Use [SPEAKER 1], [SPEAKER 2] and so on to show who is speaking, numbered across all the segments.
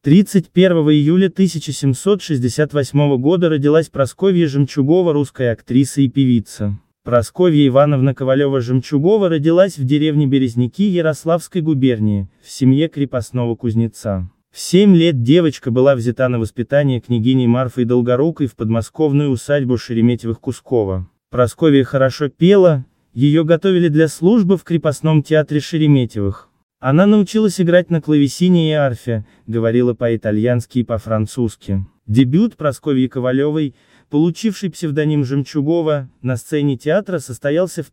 [SPEAKER 1] 31 июля 1768 года родилась Прасковья Жемчугова, русская актриса и певица. Прасковья Ивановна Ковалева-Жемчугова родилась в деревне Березники Ярославской губернии, в семье крепостного кузнеца. В 7 лет девочка была взята на воспитание княгиней Марфой Долгорукой в подмосковную усадьбу Шереметьевых-Кусково. Прасковья хорошо пела, ее готовили для службы в крепостном театре Шереметьевых. Она научилась играть на клавесине и арфе, говорила по-итальянски и по-французски. Дебют Прасковьи Ковалевой, получившей псевдоним Жемчугова, на сцене театра состоялся в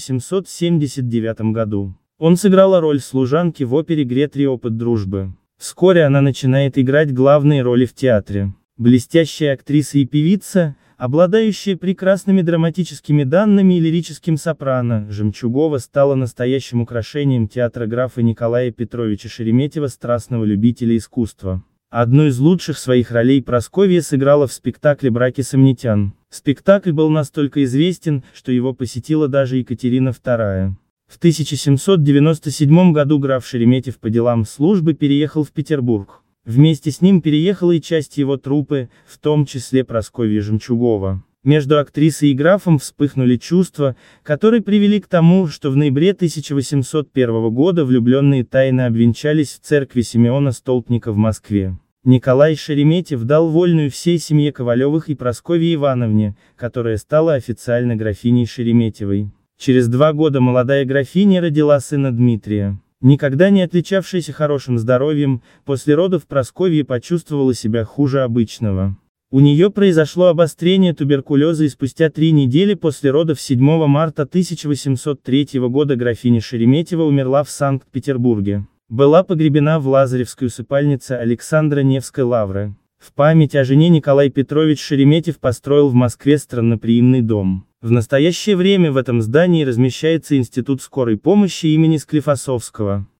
[SPEAKER 1] 1779 году. Он сыграла роль служанки в опере «Гретри. Опыт дружбы». Вскоре она начинает играть главные роли в театре. Блестящая актриса и певица, обладающая прекрасными драматическими данными и лирическим сопрано, Жемчугова стала настоящим украшением театра графа Николая Петровича Шереметьева, страстного любителя искусства. Одну из лучших своих ролей Прасковья сыграла в спектакле «Браки сомнитян». Спектакль был настолько известен, что его посетила даже Екатерина II. В 1797 году граф Шереметьев по делам службы переехал в Петербург. Вместе с ним переехала и часть его труппы, в том числе Прасковья Жемчугова. Между актрисой и графом вспыхнули чувства, которые привели к тому, что в ноябре 1801 года влюбленные тайно обвенчались в церкви Симеона Столпника в Москве. Николай Шереметьев дал вольную всей семье Ковалевых и Прасковье Ивановне, которая стала официально графиней Шереметьевой. Через 2 года молодая графиня родила сына Дмитрия. Никогда не отличавшаяся хорошим здоровьем, после родов Прасковья почувствовала себя хуже обычного. У нее произошло обострение туберкулеза, и спустя 3 недели после родов 7 марта 1803 года графиня Шереметьева умерла в Санкт-Петербурге. Была погребена в Лазаревской усыпальнице Александра Невской лавры. В память о жене Николай Петрович Шереметьев построил в Москве странноприимный дом. В настоящее время в этом здании размещается Институт скорой помощи имени Склифосовского.